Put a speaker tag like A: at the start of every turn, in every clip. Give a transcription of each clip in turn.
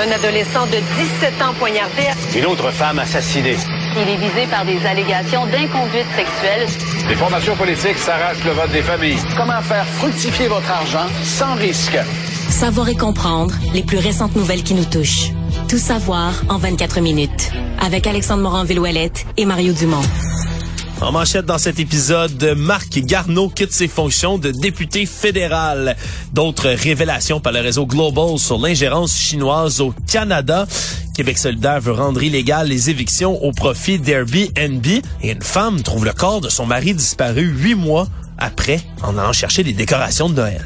A: Un adolescent de 17 ans poignardé.
B: Une autre femme assassinée.
C: Il est visé par des allégations d'inconduite sexuelle.
B: Les formations politiques s'arrachent le vote des familles.
D: Comment faire fructifier votre argent sans risque?
E: Savoir et comprendre les plus récentes nouvelles qui nous touchent. Tout savoir en 24 minutes. Avec Alexandre Morin-Villouellette et Mario Dumont.
F: En manchette dans cet épisode, Marc Garneau quitte ses fonctions de député fédéral. D'autres révélations par le réseau Global sur l'ingérence chinoise au Canada. Québec solidaire veut rendre illégales les évictions au profit d'Airbnb. Et une femme trouve le corps de son mari disparu 8 mois après en allant chercher des décorations de Noël.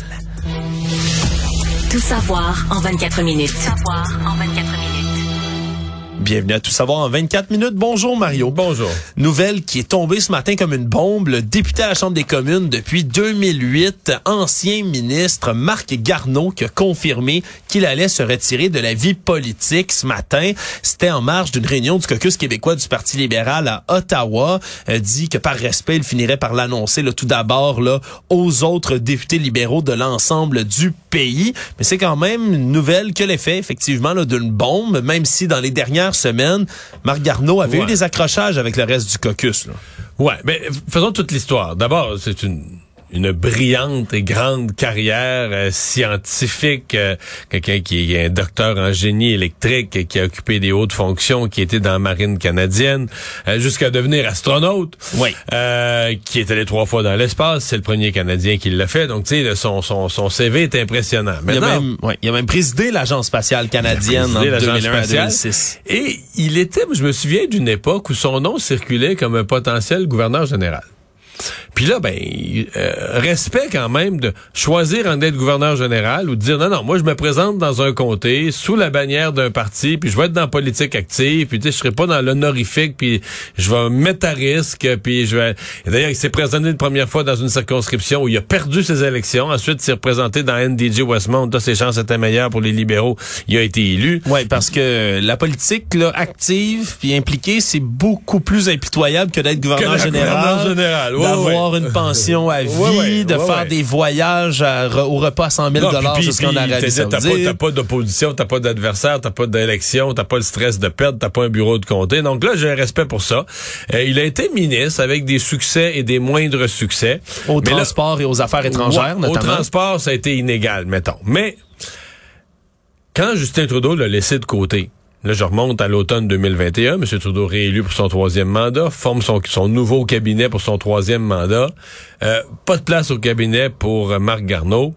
E: Tout savoir en 24 minutes. Tout savoir en 24 minutes.
F: Bienvenue à Tout savoir en 24 minutes. Bonjour Mario.
G: Bonjour.
F: Nouvelle qui est tombée ce matin comme une bombe. Le député à la Chambre des communes depuis 2008, ancien ministre Marc Garneau, qui a confirmé qu'il allait se retirer de la vie politique ce matin. C'était en marge d'une réunion du caucus québécois du Parti libéral à Ottawa. Dit que par respect, il finirait par l'annoncer tout d'abord aux autres députés libéraux de l'ensemble du pays. Mais c'est quand même une nouvelle que l'effet, effectivement, d'une bombe, même si dans les dernières semaines, Marc Garneau avait eu des accrochages avec le reste du caucus.
G: Ouais, mais faisons toute l'histoire. D'abord, c'est une brillante et grande carrière scientifique, quelqu'un qui est un docteur en génie électrique, qui a occupé des hautes fonctions, qui était dans la marine canadienne, jusqu'à devenir astronaute, qui est allé 3 fois dans l'espace. C'est le premier Canadien qui l'a fait. Donc, tu sais, son CV est impressionnant. Maintenant,
F: il a même présidé l'Agence spatiale canadienne en 2001 à 2006.
G: Et il était, je me souviens d'une époque où son nom circulait comme un potentiel gouverneur général. Puis là, respect quand même de choisir en être gouverneur général ou de dire non, moi je me présente dans un comté sous la bannière d'un parti, puis je vais être dans la politique active, puis tu sais, je serai pas dans l'honorifique, puis je vais me mettre à risque, puis je vais... Et d'ailleurs, il s'est présenté une première fois dans une circonscription où il a perdu ses élections, ensuite il s'est représenté dans NDG Westmount, là ses chances étaient meilleures pour les libéraux, il a été élu.
F: Oui, parce que la politique active puis impliquée, c'est beaucoup plus impitoyable que d'être gouverneur général. D'avoir une pension à vie, de faire des voyages au repas à 100 000 $ jusqu'en Arabie Saoudite.
G: T'as pas d'opposition, t'as pas d'adversaire, t'as pas d'élection, t'as pas le stress de perdre, t'as pas un bureau de comté. Donc là, j'ai un respect pour ça. Il a été ministre avec des succès et des moindres succès.
F: Au transport et aux affaires étrangères, notamment. Au
G: transport, ça a été inégal, mettons. Mais quand Justin Trudeau l'a laissé de côté, là, je remonte à l'automne 2021. M. Trudeau réélu pour son 3e mandat, forme son nouveau cabinet pour son 3e mandat. Pas de place au cabinet pour Marc Garneau.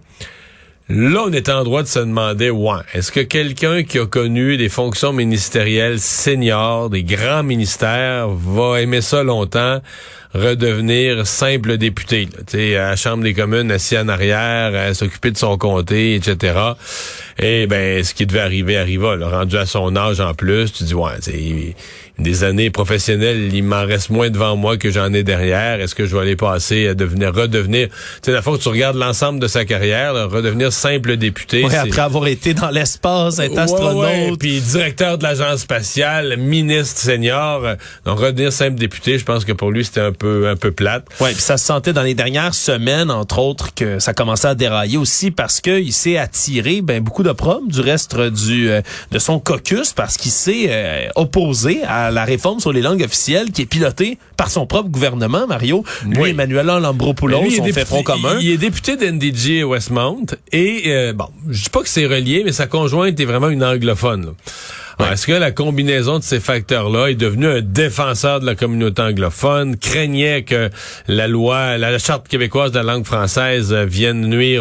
G: Là, on est en droit de se demander, est-ce que quelqu'un qui a connu des fonctions ministérielles seniors, des grands ministères, va aimer ça longtemps, redevenir simple député, tu sais, à la Chambre des communes, assis en arrière, à s'occuper de son comté, etc. Et ce qui devait arriver arriva. Là, rendu à son âge en plus, tu dis, c'est des années professionnelles, il m'en reste moins devant moi que j'en ai derrière. Est-ce que je vais aller passer à redevenir, tu sais, la fois que tu regardes l'ensemble de sa carrière, redevenir simple député.
F: Oui, après avoir été dans l'espace, être astronaute.
G: Puis directeur de l'Agence spatiale, ministre senior. Donc, redevenir simple député, je pense que pour lui, c'était un peu plate.
F: Oui, puis ça se sentait dans les dernières semaines, entre autres, que ça commençait à dérailler aussi parce que il s'est attiré beaucoup d'opprobre du reste de son caucus parce qu'il s'est opposé à la réforme sur les langues officielles qui est pilotée par son propre gouvernement, Mario. Lui, Emmanuel Lambropoulos, on fait front commun.
G: Il est député d'NDG Westmount et, je dis pas que c'est relié, mais sa conjointe est vraiment une anglophone, là. Alors, est-ce que la combinaison de ces facteurs-là est devenu un défenseur de la communauté anglophone, craignait que la Charte québécoise de la langue française vienne nuire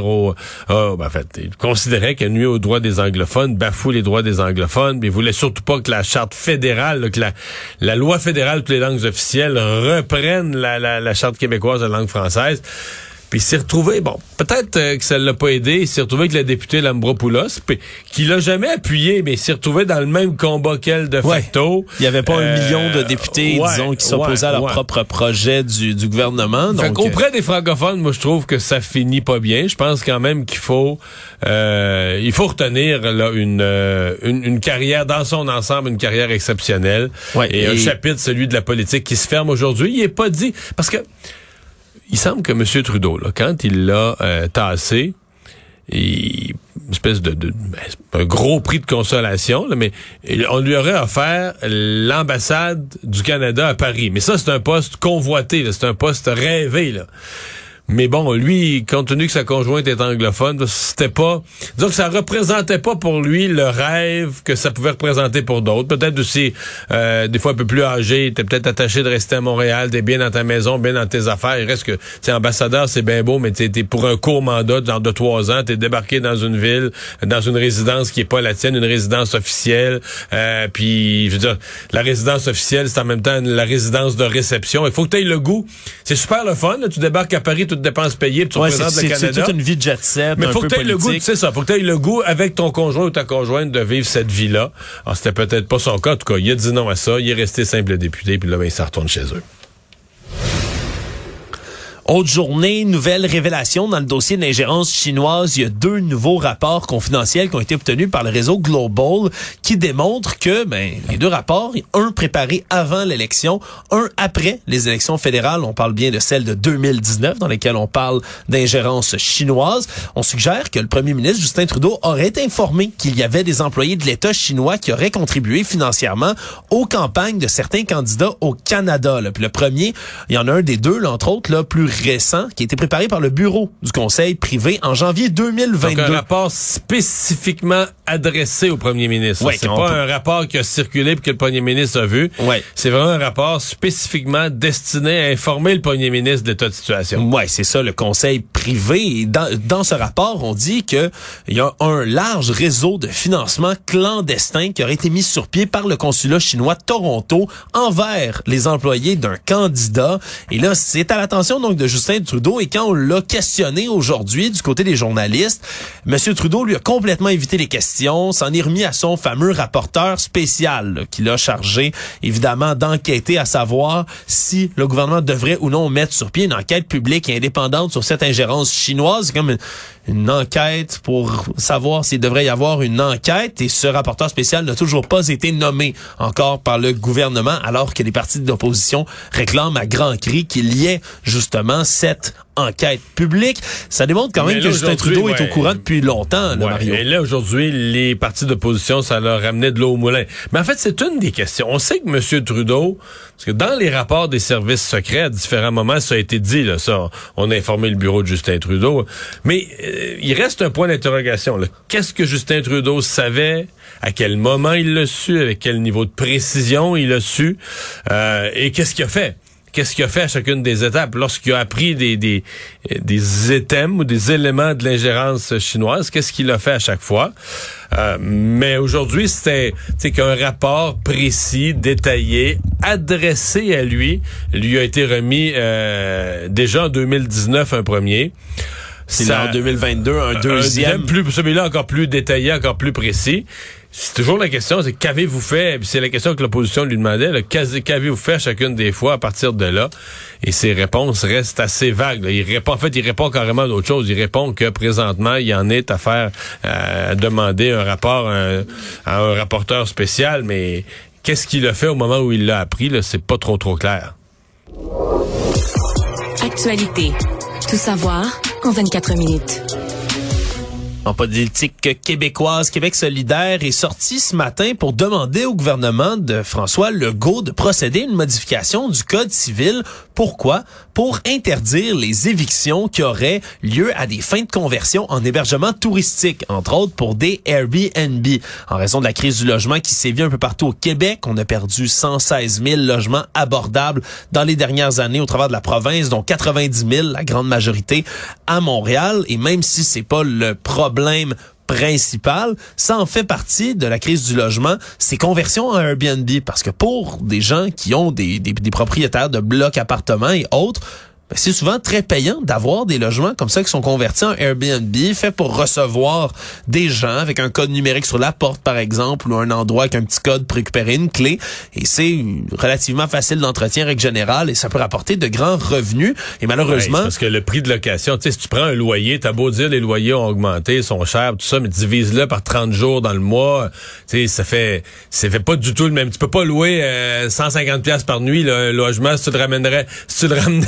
G: il considérait qu'elle nuit aux droits des anglophones, bafoue les droits des anglophones, mais il voulait surtout pas que la Charte fédérale, que la loi fédérale pour les langues officielles reprenne la Charte québécoise de la langue française. Puis il s'est retrouvé, peut-être que ça l'a pas aidé, il s'est retrouvé avec la députée Lambropoulos, qui l'a jamais appuyé, mais il s'est retrouvé dans le même combat qu'elle de facto.
F: Il y avait pas 1 million de députés, qui s'opposaient à leur propre projet du gouvernement. Donc,
G: auprès des francophones, moi je trouve que ça finit pas bien. Je pense quand même qu'il faut retenir là une carrière dans son ensemble, une carrière exceptionnelle. Et un chapitre, celui de la politique, qui se ferme aujourd'hui. Il est pas dit parce que il semble que M. Trudeau, là, quand il l'a tassé, une espèce un gros prix de consolation, là, mais on lui aurait offert l'ambassade du Canada à Paris. Mais ça, c'est un poste convoité, là, c'est un poste rêvé, là. Mais bon, lui, compte tenu que sa conjointe est anglophone, c'était pas... Disons que ça représentait pas pour lui le rêve que ça pouvait représenter pour d'autres. Peut-être aussi, des fois un peu plus âgé, t'es peut-être attaché de rester à Montréal, t'es bien dans ta maison, bien dans tes affaires. Il reste que, t'es ambassadeur, c'est bien beau, mais t'es pour un court mandat, genre de 3 ans, t'es débarqué dans une ville, dans une résidence qui est pas la tienne, une résidence officielle. Puis, je veux dire, la résidence officielle, c'est en même temps la résidence de réception. Il faut que t'aies le goût. C'est super le fun, là, tu débarques à Paris, toutes dépenses payées, puis tu représentes le Canada.
F: C'est toute une vie de jet set,
G: mais faut que tu aies le goût, c'est ça, faut que tu aies le goût avec ton conjoint ou ta conjointe de vivre cette vie-là. Alors, c'était peut-être pas son cas. En tout cas, il a dit non à ça. Il est resté simple député, puis là, il s'en retourne chez eux.
F: Autre journée, nouvelle révélation dans le dossier d'ingérence chinoise. Il y a 2 nouveaux rapports confidentiels qui ont été obtenus par le réseau Global qui démontrent que les 2 rapports, un préparé avant l'élection, un après les élections fédérales, on parle bien de celle de 2019 dans lesquelles on parle d'ingérence chinoise. On suggère que le premier ministre Justin Trudeau aurait informé qu'il y avait des employés de l'État chinois qui auraient contribué financièrement aux campagnes de certains candidats au Canada. Là. Puis le premier, il y en a un des 2, là, entre autres, là, plus récent, qui a été préparé par le bureau du Conseil privé en janvier 2022.
G: Donc un rapport spécifiquement adressé au premier ministre. Ouais, c'est pas un rapport qui a circulé puis que le premier ministre a vu. Ouais. C'est vraiment un rapport spécifiquement destiné à informer le premier ministre de l'état de situation.
F: Ouais, c'est ça, le Conseil privé. Et dans ce rapport, on dit que il y a un large réseau de financement clandestin qui aurait été mis sur pied par le consulat chinois de Toronto envers les employés d'un candidat. Et là, c'est à l'attention donc de Justin Trudeau. Et quand on l'a questionné aujourd'hui du côté des journalistes, M. Trudeau lui a complètement évité les questions, s'en est remis à son fameux rapporteur spécial là, qui l'a chargé, évidemment, d'enquêter à savoir si le gouvernement devrait ou non mettre sur pied une enquête publique et indépendante sur cette ingérence chinoise. C'est comme une enquête pour savoir s'il devrait y avoir une enquête. Et ce rapporteur spécial n'a toujours pas été nommé encore par le gouvernement, alors que les partis d'opposition réclament à grands cris qu'il y ait justement cette enquête publique. Ça démontre quand même que Justin Trudeau est au courant depuis longtemps, là, Mario.
G: Et là, aujourd'hui, les partis d'opposition, ça leur ramenait de l'eau au moulin. Mais en fait, c'est une des questions. On sait que M. Trudeau, parce que dans les rapports des services secrets, à différents moments, ça a été dit, là, ça, on a informé le bureau de Justin Trudeau. Mais il reste un point d'interrogation, là. Qu'est-ce que Justin Trudeau savait? À quel moment il l'a su? Avec quel niveau de précision il l'a su? Et qu'est-ce qu'il a fait? Qu'est-ce qu'il a fait à chacune des étapes lorsqu'il a appris des items ou des éléments de l'ingérence chinoise? Qu'est-ce qu'il a fait à chaque fois? Mais aujourd'hui, c'est qu'un rapport précis, détaillé, adressé à lui a été remis déjà en 2019, un premier.
F: C'est en 2022, un deuxième.
G: Celui-là encore plus détaillé, encore plus précis. C'est toujours la question, c'est qu'avez-vous fait? Puis c'est la question que l'opposition lui demandait. Là, qu'avez-vous fait à chacune des fois à partir de là? Et ses réponses restent assez vagues. Là. Il répond carrément à d'autres choses. Il répond que présentement, il y en est à faire, à demander un rapport à un rapporteur spécial. Mais qu'est-ce qu'il a fait au moment où il l'a appris? Là, c'est pas trop clair.
E: Actualité. Tout savoir en 24 minutes.
F: En politique québécoise, Québec solidaire est sorti ce matin pour demander au gouvernement de François Legault de procéder à une modification du Code civil. Pourquoi? Pour interdire les évictions qui auraient lieu à des fins de conversion en hébergement touristique, entre autres pour des Airbnb. En raison de la crise du logement qui sévit un peu partout au Québec, on a perdu 116 000 logements abordables dans les dernières années au travers de la province, dont 90 000, la grande majorité, à Montréal. Et même si c'est pas le problème principal, ça en fait partie de la crise du logement, ces conversions en Airbnb, parce que pour des gens qui ont des propriétaires de blocs appartements et autres, c'est souvent très payant d'avoir des logements comme ça qui sont convertis en Airbnb, fait pour recevoir des gens avec un code numérique sur la porte, par exemple, ou un endroit avec un petit code pour récupérer une clé. Et c'est relativement facile d'entretien, règle générale, et ça peut rapporter de grands revenus. Et malheureusement...
G: Ouais, parce que le prix de location, tu sais, si tu prends un loyer, t'as beau dire les loyers ont augmenté, sont chers, tout ça, mais divise-le par 30 jours dans le mois, tu sais, ça fait pas du tout le même. Tu peux pas louer 150$ par nuit, le logement, si tu le ramenais par mois.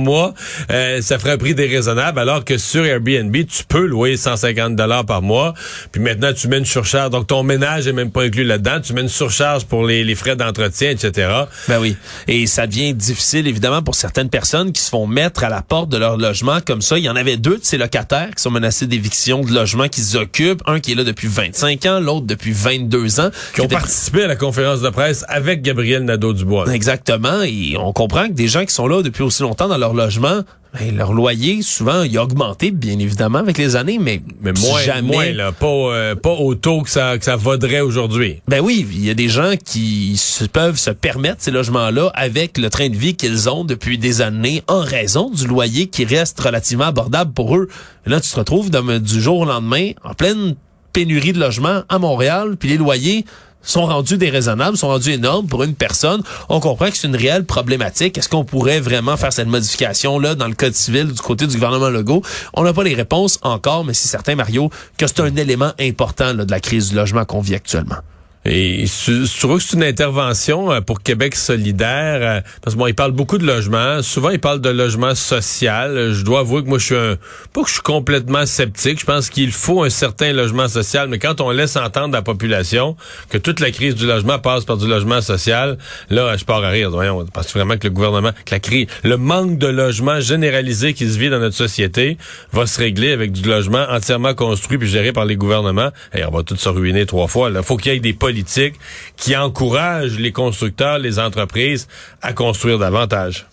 G: mois, ça ferait un prix déraisonnable, alors que sur Airbnb, tu peux louer 150 $ par mois, puis maintenant tu mets une surcharge, donc ton ménage est même pas inclus là-dedans, tu mets une surcharge pour les frais d'entretien, etc.
F: Ben oui, et ça devient difficile évidemment pour certaines personnes qui se font mettre à la porte de leur logement comme ça. Il y en avait 2 de ces locataires qui sont menacés d'éviction de logements qu'ils occupent, un qui est là depuis 25 ans, l'autre depuis 22 ans.
G: Qui ont participé à la conférence de presse avec Gabriel Nadeau-Dubois.
F: Exactement, et on comprend que des gens qui sont là depuis aussi longtemps dans leur logement, leur loyer, souvent, il a augmenté, bien évidemment, avec les années, mais
G: moins là, pas au taux que ça vaudrait aujourd'hui.
F: Ben oui, il y a des gens qui peuvent se permettre ces logements-là avec le train de vie qu'ils ont depuis des années en raison du loyer qui reste relativement abordable pour eux. Et là, tu te retrouves du jour au lendemain en pleine pénurie de logements à Montréal, puis les loyers sont rendus déraisonnables, sont rendus énormes pour une personne. On comprend que c'est une réelle problématique. Est-ce qu'on pourrait vraiment faire cette modification-là dans le Code civil du côté du gouvernement Legault? On n'a pas les réponses encore, mais c'est certain, Mario, que c'est un élément important là, de la crise du logement qu'on vit actuellement.
G: Et tu trouves que c'est une intervention pour Québec solidaire? Parce que bon, il parle beaucoup de logement. Souvent, il parle de logement social. Je dois avouer que moi, pas que je suis complètement sceptique. Je pense qu'il faut un certain logement social. Mais quand on laisse entendre à la population que toute la crise du logement passe par du logement social, là, je pars à rire. Voyons, parce que vraiment que le gouvernement, le manque de logement généralisé qui se vit dans notre société va se régler avec du logement entièrement construit puis géré par les gouvernements. Et on va tout se ruiner 3 fois. Il faut qu'il y ait des politiques qui encouragent les constructeurs, les entreprises à construire davantage.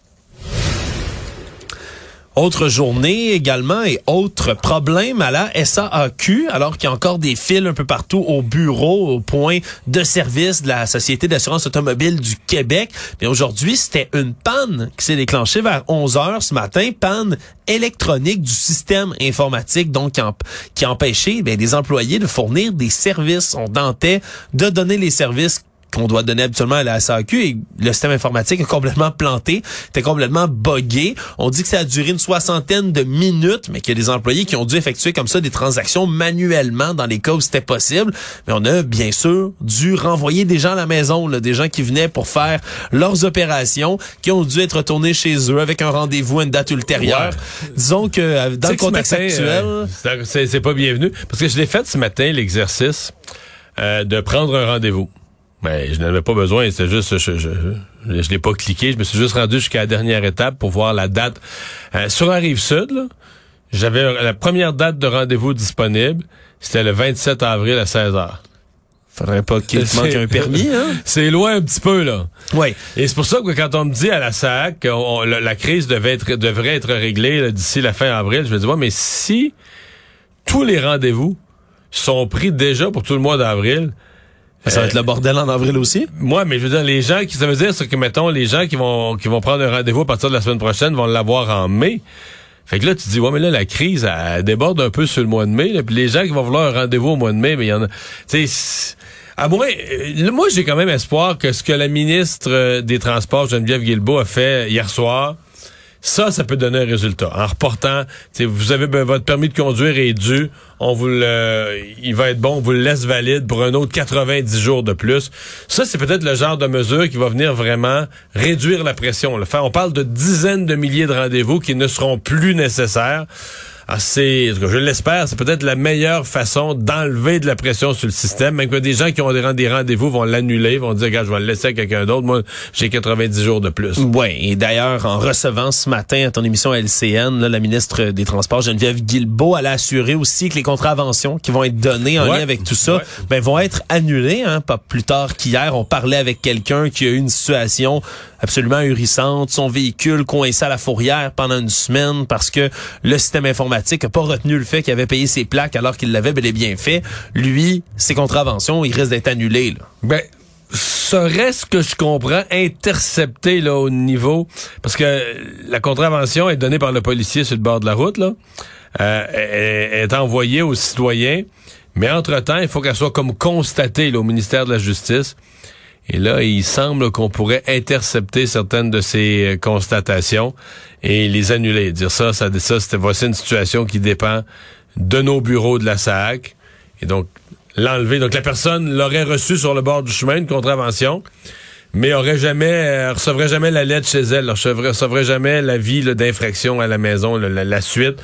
F: Autre journée également et autre problème à la SAAQ, alors qu'il y a encore des files un peu partout au bureau, au point de service de la Société d'assurance automobile du Québec. Mais aujourd'hui, c'était une panne qui s'est déclenchée vers 11h ce matin, panne électronique du système informatique, donc qui empêchait des employés de fournir des services. On tentait de donner les services qu'on doit donner habituellement à la SAQ et le système informatique est complètement planté, était complètement buggé. On dit que ça a duré une 60aine de minutes, mais qu'il y a des employés qui ont dû effectuer comme ça des transactions manuellement dans les cas où c'était possible. Mais on a bien sûr dû renvoyer des gens à la maison, là, des gens qui venaient pour faire leurs opérations, qui ont dû être retournés chez eux avec un rendez-vous à une date ultérieure. Ouais. Disons que dans le contexte actuel...
G: c'est pas bienvenu, parce que je l'ai fait ce matin, l'exercice de prendre un rendez-vous. Mais je n'avais pas besoin, c'est juste, je l'ai pas cliqué, je me suis juste rendu jusqu'à la dernière étape pour voir la date. Sur la Rive-Sud, là, j'avais la première date de rendez-vous disponible, c'était le 27 avril à 16h.
F: Faudrait pas qu'il te manque un permis, hein?
G: C'est loin un petit peu, là.
F: Oui.
G: Et c'est pour ça que quand on me dit à la SAAQ que la crise devrait être réglée là, d'ici la fin avril, je me dis, ouais, mais si tous les rendez-vous sont pris déjà pour tout le mois d'avril,
F: ça va être le bordel en avril aussi?
G: Moi, mais je veux dire, les gens ça veut dire que, mettons, les gens qui vont prendre un rendez-vous à partir de la semaine prochaine vont l'avoir en mai. Fait que là, tu dis, ouais, mais là, la crise, elle déborde un peu sur le mois de mai, là, puis les gens qui vont vouloir un rendez-vous au mois de mai, mais il y en a, tu sais, moi, j'ai quand même espoir que ce que la ministre des Transports, Geneviève Guilbeault, a fait hier soir, ça peut donner un résultat. En reportant, vous avez votre permis de conduire est dû, il va être bon, on vous le laisse valide pour un autre 90 jours de plus. Ça, c'est peut-être le genre de mesure qui va venir vraiment réduire la pression. On parle de dizaines de milliers de rendez-vous qui ne seront plus nécessaires. Je l'espère, c'est peut-être la meilleure façon d'enlever de la pression sur le système. Même que des gens qui ont des rendez-vous vont l'annuler, vont dire, regarde, je vais le laisser à quelqu'un d'autre. Moi, j'ai 90 jours de plus.
F: Oui, et d'ailleurs, en recevant ce matin à ton émission à LCN, là, la ministre des Transports, Geneviève Guilbeault, elle a assuré aussi que les contraventions qui vont être données en lien avec tout ça, vont être annulées. Pas plus tard qu'hier, on parlait avec quelqu'un qui a eu une situation absolument ahurissante, son véhicule coincé à la fourrière pendant une semaine parce que le système informatique n'a pas retenu le fait qu'il avait payé ses plaques alors qu'il l'avait bel et bien fait. Lui, ses contraventions, il risque d'être annulé. Là.
G: Ben, serait-ce que je comprends intercepté là au niveau, parce que la contravention est donnée par le policier sur le bord de la route, là, est envoyée aux citoyens, mais entre-temps, il faut qu'elle soit comme constatée là, au ministère de la Justice. Et là, il semble qu'on pourrait intercepter certaines de ces constatations et les annuler. Dire voici une situation qui dépend de nos bureaux de la SAAQ. Et donc, l'enlever. Donc, la personne l'aurait reçu sur le bord du chemin, une contravention. mais recevrait jamais la lettre chez elle, recevrait jamais l'avis d'infraction à la maison, la suite,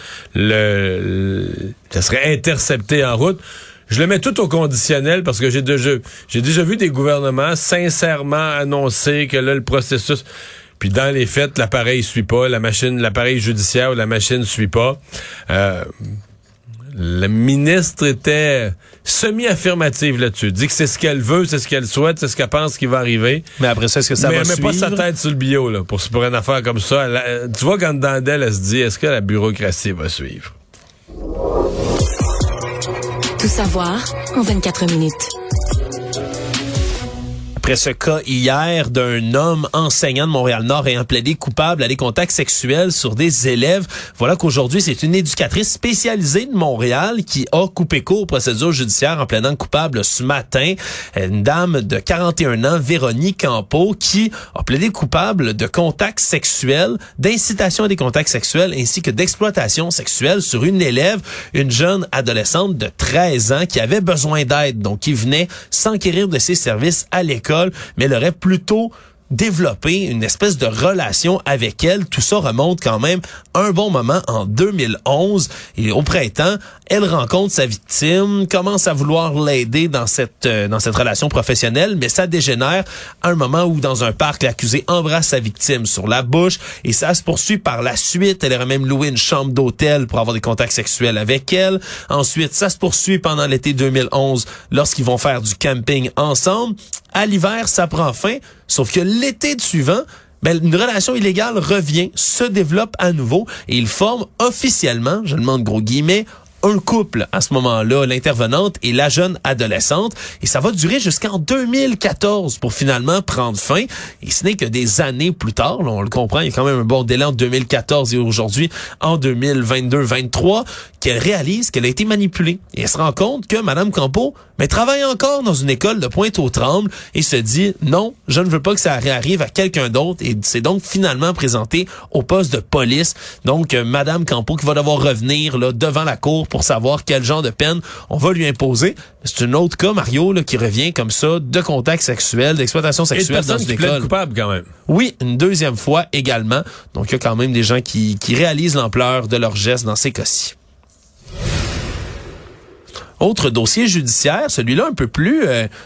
G: ça serait intercepté en route. Je le mets tout au conditionnel parce que j'ai déjà vu des gouvernements sincèrement annoncer que là, le processus... Puis dans les faits, l'appareil suit pas, l'appareil judiciaire ou la machine suit pas. Le ministre était semi-affirmative là-dessus. Dit que c'est ce qu'elle veut, c'est ce qu'elle souhaite, c'est ce qu'elle pense qui va arriver.
F: Mais après ça, est-ce que ça va suivre?
G: Mais pas sa tête sur le bio, là, pour une affaire comme ça. Tu vois, quand dans d'elle, elle se dit, est-ce que la bureaucratie va suivre?
E: Tout savoir en 24 minutes.
F: Après ce cas hier d'un homme enseignant de Montréal-Nord ayant plaidé coupable à des contacts sexuels sur des élèves, voilà qu'aujourd'hui, c'est une éducatrice spécialisée de Montréal qui a coupé court aux procédures judiciaires en plaidant coupable ce matin. Une dame de 41 ans, Véronique Campeau, qui a plaidé coupable de contacts sexuels, d'incitation à des contacts sexuels ainsi que d'exploitation sexuelle sur une élève, une jeune adolescente de 13 ans qui avait besoin d'aide, donc qui venait s'enquérir de ses services à l'école, mais elle aurait plutôt développer une espèce de relation avec elle. Tout ça remonte quand même un bon moment en 2011. Et au printemps, elle rencontre sa victime, commence à vouloir l'aider dans cette relation professionnelle, mais ça dégénère à un moment où, dans un parc, l'accusé embrasse sa victime sur la bouche et ça se poursuit par la suite. Elle aurait même loué une chambre d'hôtel pour avoir des contacts sexuels avec elle. Ensuite, ça se poursuit pendant l'été 2011 lorsqu'ils vont faire du camping ensemble. À l'hiver, ça prend fin, sauf que l'été suivant, une relation illégale revient, se développe à nouveau et ils forment officiellement, je demande gros guillemets, un couple à ce moment-là, l'intervenante et la jeune adolescente. Et ça va durer jusqu'en 2014 pour finalement prendre fin. Et ce n'est que des années plus tard, là, on le comprend, il y a quand même un bon délai entre 2014 et aujourd'hui, en 2022-23, qu'elle réalise qu'elle a été manipulée. Et elle se rend compte que Mme Campeau travaille encore dans une école de Pointe-aux-Trembles et se dit « Non, je ne veux pas que ça arrive à quelqu'un d'autre. » Et c'est donc finalement présentée au poste de police. Donc, Mme Campeau qui va devoir revenir là, devant la cour pour savoir quel genre de peine on va lui imposer. C'est un autre cas, Mario, là, qui revient comme ça, de contact sexuel, d'exploitation sexuelle dans une école.
G: Coupable quand même.
F: Oui, une deuxième fois également. Donc, il y a quand même des gens qui réalisent l'ampleur de leur geste dans ces cas-ci. Autre dossier judiciaire, celui-là un peu plus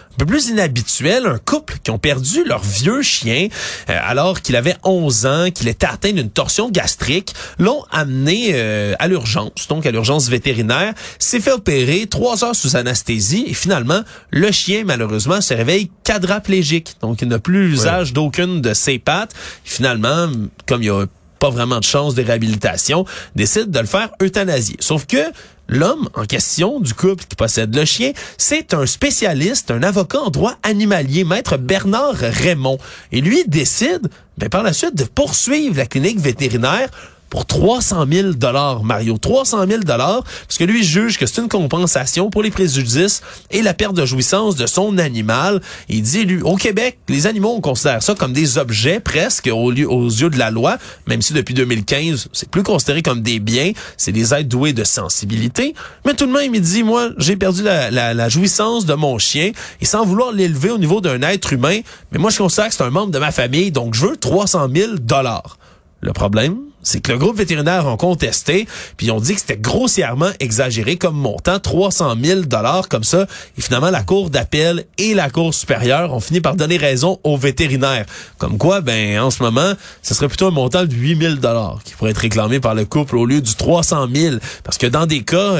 F: inhabituel, un couple qui ont perdu leur vieux chien alors qu'il avait 11 ans, qu'il était atteint d'une torsion gastrique, l'ont amené à l'urgence, donc à l'urgence vétérinaire, s'est fait opérer 3 heures sous anesthésie et finalement, le chien malheureusement se réveille quadraplégique, donc il n'a plus l'usage d'aucune de ses pattes. Et finalement, comme il y a pas vraiment de chance de réhabilitation, décide de le faire euthanasier. Sauf que l'homme en question du couple qui possède le chien, c'est un spécialiste, un avocat en droit animalier, maître Bernard Raymond. Et lui décide, par la suite, de poursuivre la clinique vétérinaire pour 300 000 $, Mario. 300 000 $, parce que lui juge que c'est une compensation pour les préjudices et la perte de jouissance de son animal. Il dit, lui, au Québec, les animaux, on considère ça comme des objets presque aux yeux de la loi, même si depuis 2015, c'est plus considéré comme des biens, c'est des êtres doués de sensibilité. Mais tout de même, il dit, moi, j'ai perdu la jouissance de mon chien et sans vouloir l'élever au niveau d'un être humain, mais moi, je considère que c'est un membre de ma famille, donc je veux 300 000 $. Le problème, c'est que le groupe vétérinaire ont contesté, puis ils ont dit que c'était grossièrement exagéré comme montant, 300 000 $ comme ça. Et finalement, la Cour d'appel et la Cour supérieure ont fini par donner raison aux vétérinaires. Comme quoi, en ce moment, ce serait plutôt un montant de 8 000 $ qui pourrait être réclamé par le couple au lieu du 300 000. Parce que dans des cas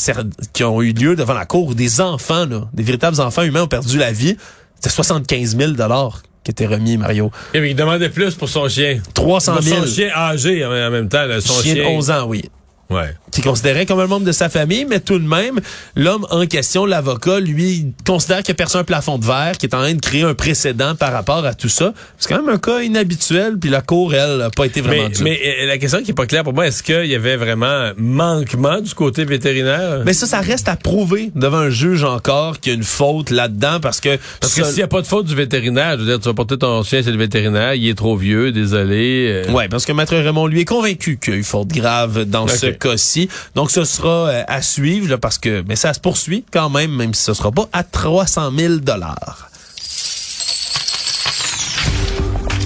F: qui ont eu lieu devant la Cour où des enfants, là, des véritables enfants humains ont perdu la vie, c'était 75 000 $ qui était remis, Mario.
G: Et mais il demandait plus pour son chien.
F: 300 000.
G: Son chien âgé en même temps. Là, son
F: chien de 11 ans, oui.
G: Ouais.
F: Qui considérait comme un membre de sa famille, mais tout de même, l'homme en question, l'avocat, lui, considère qu'il a percé un plafond de verre, qui est en train de créer un précédent par rapport à tout ça. C'est quand même un cas inhabituel, puis la Cour, elle, n'a pas été vraiment dure.
G: Mais la question qui est pas claire pour moi, est-ce qu'il y avait vraiment manquement du côté vétérinaire?
F: Mais ça reste à prouver devant un juge encore qu'il y a une faute là-dedans, parce que
G: s'il n'y a pas de faute du vétérinaire, je veux dire, tu vas porter ton chien chez le vétérinaire, il est trop vieux, désolé.
F: Ouais, parce que Maître Raymond, lui, est convaincu qu'il y a eu faute grave dans ce cas-ci. Donc, ce sera à suivre, là, parce que ça se poursuit quand même si ce sera pas à 300 000 $.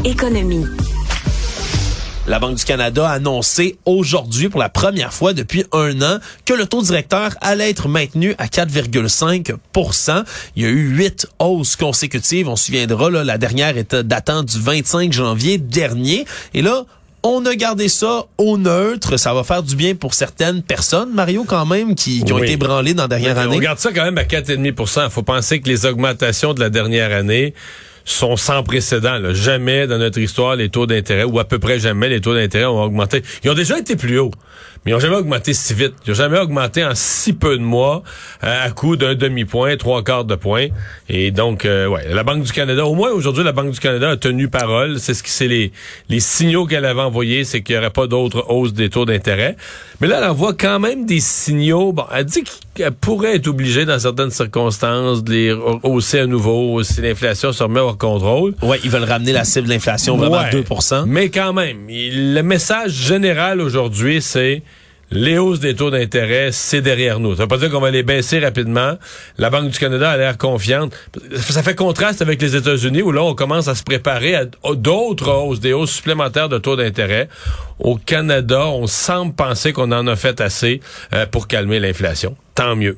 E: Économie.
F: La Banque du Canada a annoncé aujourd'hui, pour la première fois depuis 1 an, que le taux directeur allait être maintenu à 4,5 %. Il y a eu 8 hausses consécutives. On se souviendra, là, la dernière était datant du 25 janvier dernier. Et là, on a gardé ça au neutre. Ça va faire du bien pour certaines personnes, Mario, quand même, qui ont été branlées dans la dernière année.
G: On garde ça quand même à 4,5 %. Il faut penser que les augmentations de la dernière année sont sans précédent. Là. Jamais dans notre histoire, les taux d'intérêt, ou à peu près jamais, les taux d'intérêt ont augmenté. Ils ont déjà été plus hauts, mais ils n'ont jamais augmenté si vite. Ils n'ont jamais augmenté en si peu de mois, à coup d'un demi-point, 3/4 de point. Et donc, la Banque du Canada, au moins aujourd'hui, la Banque du Canada a tenu parole. C'est les signaux qu'elle avait envoyés, c'est qu'il n'y aurait pas d'autres hausses des taux d'intérêt. Mais là, elle envoie quand même des signaux. Bon, elle dit qu'elle pourrait être obligée, dans certaines circonstances, de les hausser à nouveau si l'inflation se remet hors contrôle.
F: Ouais, ils veulent ramener la cible d'inflation vraiment à 2 %.
G: Mais quand même, le message général aujourd'hui, c'est les hausses des taux d'intérêt, c'est derrière nous. Ça veut pas dire qu'on va les baisser rapidement. La Banque du Canada a l'air confiante. Ça fait contraste avec les États-Unis où là, on commence à se préparer à d'autres hausses, des hausses supplémentaires de taux d'intérêt. Au Canada, on semble penser qu'on en a fait assez pour calmer l'inflation. Tant mieux.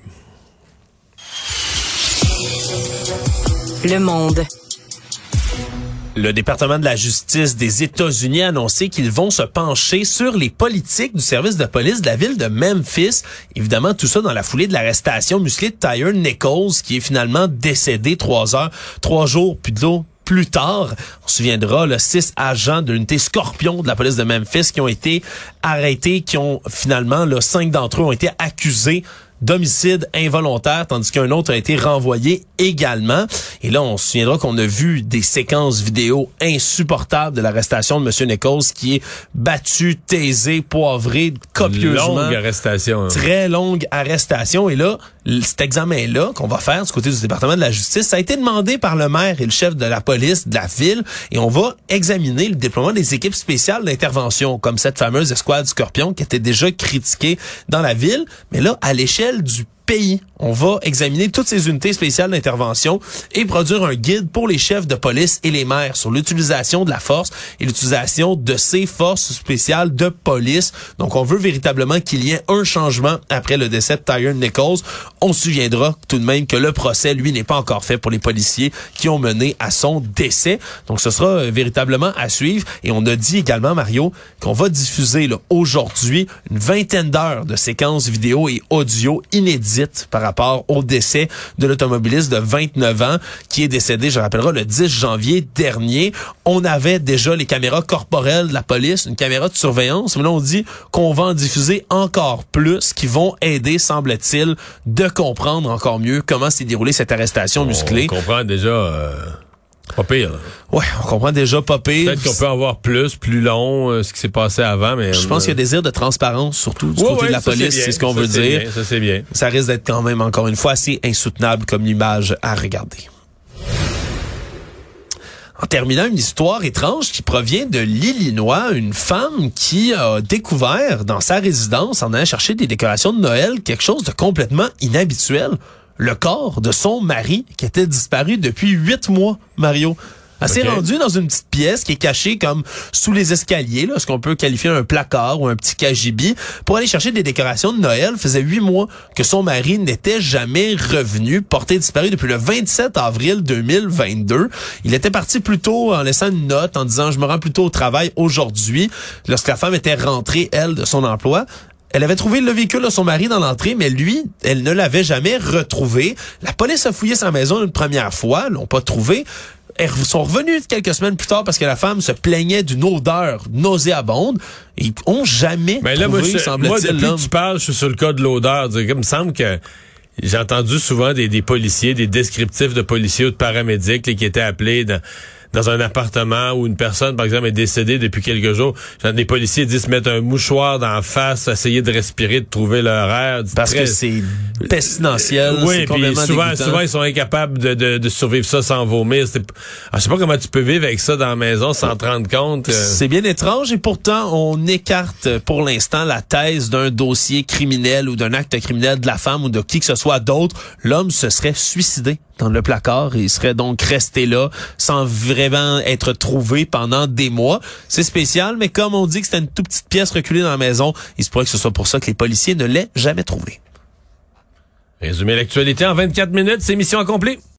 E: Le Monde.
F: Le département de la justice des États-Unis a annoncé qu'ils vont se pencher sur les politiques du service de police de la ville de Memphis. Évidemment, tout ça dans la foulée de l'arrestation musclée de Tyre Nichols, qui est finalement décédé 3 jours plus tard. On se souviendra, 6 agents de l'unité Scorpion de la police de Memphis qui ont été arrêtés, qui ont finalement, 5 d'entre eux ont été accusés d'homicide involontaire, tandis qu'un autre a été renvoyé également. Et là, on se souviendra qu'on a vu des séquences vidéo insupportables de l'arrestation de M. Nichols, qui est battu, tasé, poivré, copieusement.
G: Longue arrestation.
F: Très longue arrestation. Et là, cet examen-là qu'on va faire du côté du département de la justice, ça a été demandé par le maire et le chef de la police de la ville. Et on va examiner le déploiement des équipes spéciales d'intervention, comme cette fameuse escouade Scorpion qui était déjà critiquée dans la ville. Mais là, à l'échelle du pays, on va examiner toutes ces unités spéciales d'intervention et produire un guide pour les chefs de police et les maires sur l'utilisation de la force et l'utilisation de ces forces spéciales de police. Donc, on veut véritablement qu'il y ait un changement après le décès de Tyre Nichols. On se souviendra tout de même que le procès, lui, n'est pas encore fait pour les policiers qui ont mené à son décès. Donc, ce sera véritablement à suivre. Et on a dit également, Mario, qu'on va diffuser aujourd'hui une 20aine d'heures de séquences vidéo et audio inédites par rapport au décès de l'automobiliste de 29 ans qui est décédé, je rappellerai, le 10 janvier dernier. On avait déjà les caméras corporelles de la police, une caméra de surveillance, mais là on dit qu'on va en diffuser encore plus qui vont aider, semble-t-il, de comprendre encore mieux comment s'est déroulée cette arrestation musclée.
G: On comprend déjà... Pas pire.
F: Ouais, on comprend déjà pas pire.
G: Peut-être qu'on peut en voir plus long, ce qui s'est passé avant, mais...
F: Je pense qu'il y a des désir de transparence, surtout du côté de la police, c'est ce qu'on veut dire.
G: Ça, c'est bien.
F: Ça risque d'être quand même, encore une fois, assez insoutenable comme image à regarder. En terminant, une histoire étrange qui provient de l'Illinois, une femme qui a découvert dans sa résidence, en allant chercher des décorations de Noël, quelque chose de complètement inhabituel. Le corps de son mari qui était disparu depuis 8 mois, Mario. Elle s'est rendue dans une petite pièce qui est cachée comme sous les escaliers, là, ce qu'on peut qualifier un placard ou un petit cagibi, pour aller chercher des décorations de Noël. Faisait 8 mois que son mari n'était jamais revenu, porté disparu depuis le 27 avril 2022. Il était parti plus tôt en laissant une note en disant « Je me rends plus tôt au travail aujourd'hui », lorsque la femme était rentrée, elle, de son emploi. Elle avait trouvé le véhicule de son mari dans l'entrée, mais lui, elle ne l'avait jamais retrouvé. La police a fouillé sa maison une première fois, l'ont pas trouvé. Elles sont revenus quelques semaines plus tard parce que la femme se plaignait d'une odeur nauséabonde. Ils ont jamais trouvé, semble-t-il,
G: depuis que tu parles, je suis sur le cas de l'odeur. Il me semble que j'ai entendu souvent des policiers, des descriptifs de policiers ou de paramédics qui étaient appelés dans un appartement où une personne, par exemple, est décédée depuis quelques jours. Les policiers disent se mettre un mouchoir d'en face, essayer de respirer, de trouver leur air.
F: Parce que c'est pestilentiel.
G: Oui, puis souvent, ils sont incapables de survivre ça sans vomir. Je sais pas comment tu peux vivre avec ça dans la maison sans te rendre compte.
F: C'est bien étrange et pourtant, on écarte pour l'instant la thèse d'un dossier criminel ou d'un acte criminel de la femme ou de qui que ce soit d'autre. L'homme se serait suicidé dans le placard et il serait donc resté là sans vraiment être trouvé pendant des mois. C'est spécial, mais comme on dit que c'était une toute petite pièce reculée dans la maison, il se pourrait que ce soit pour ça que les policiers ne l'aient jamais trouvé.
G: Résumé l'actualité en 24 minutes, c'est mission accomplie.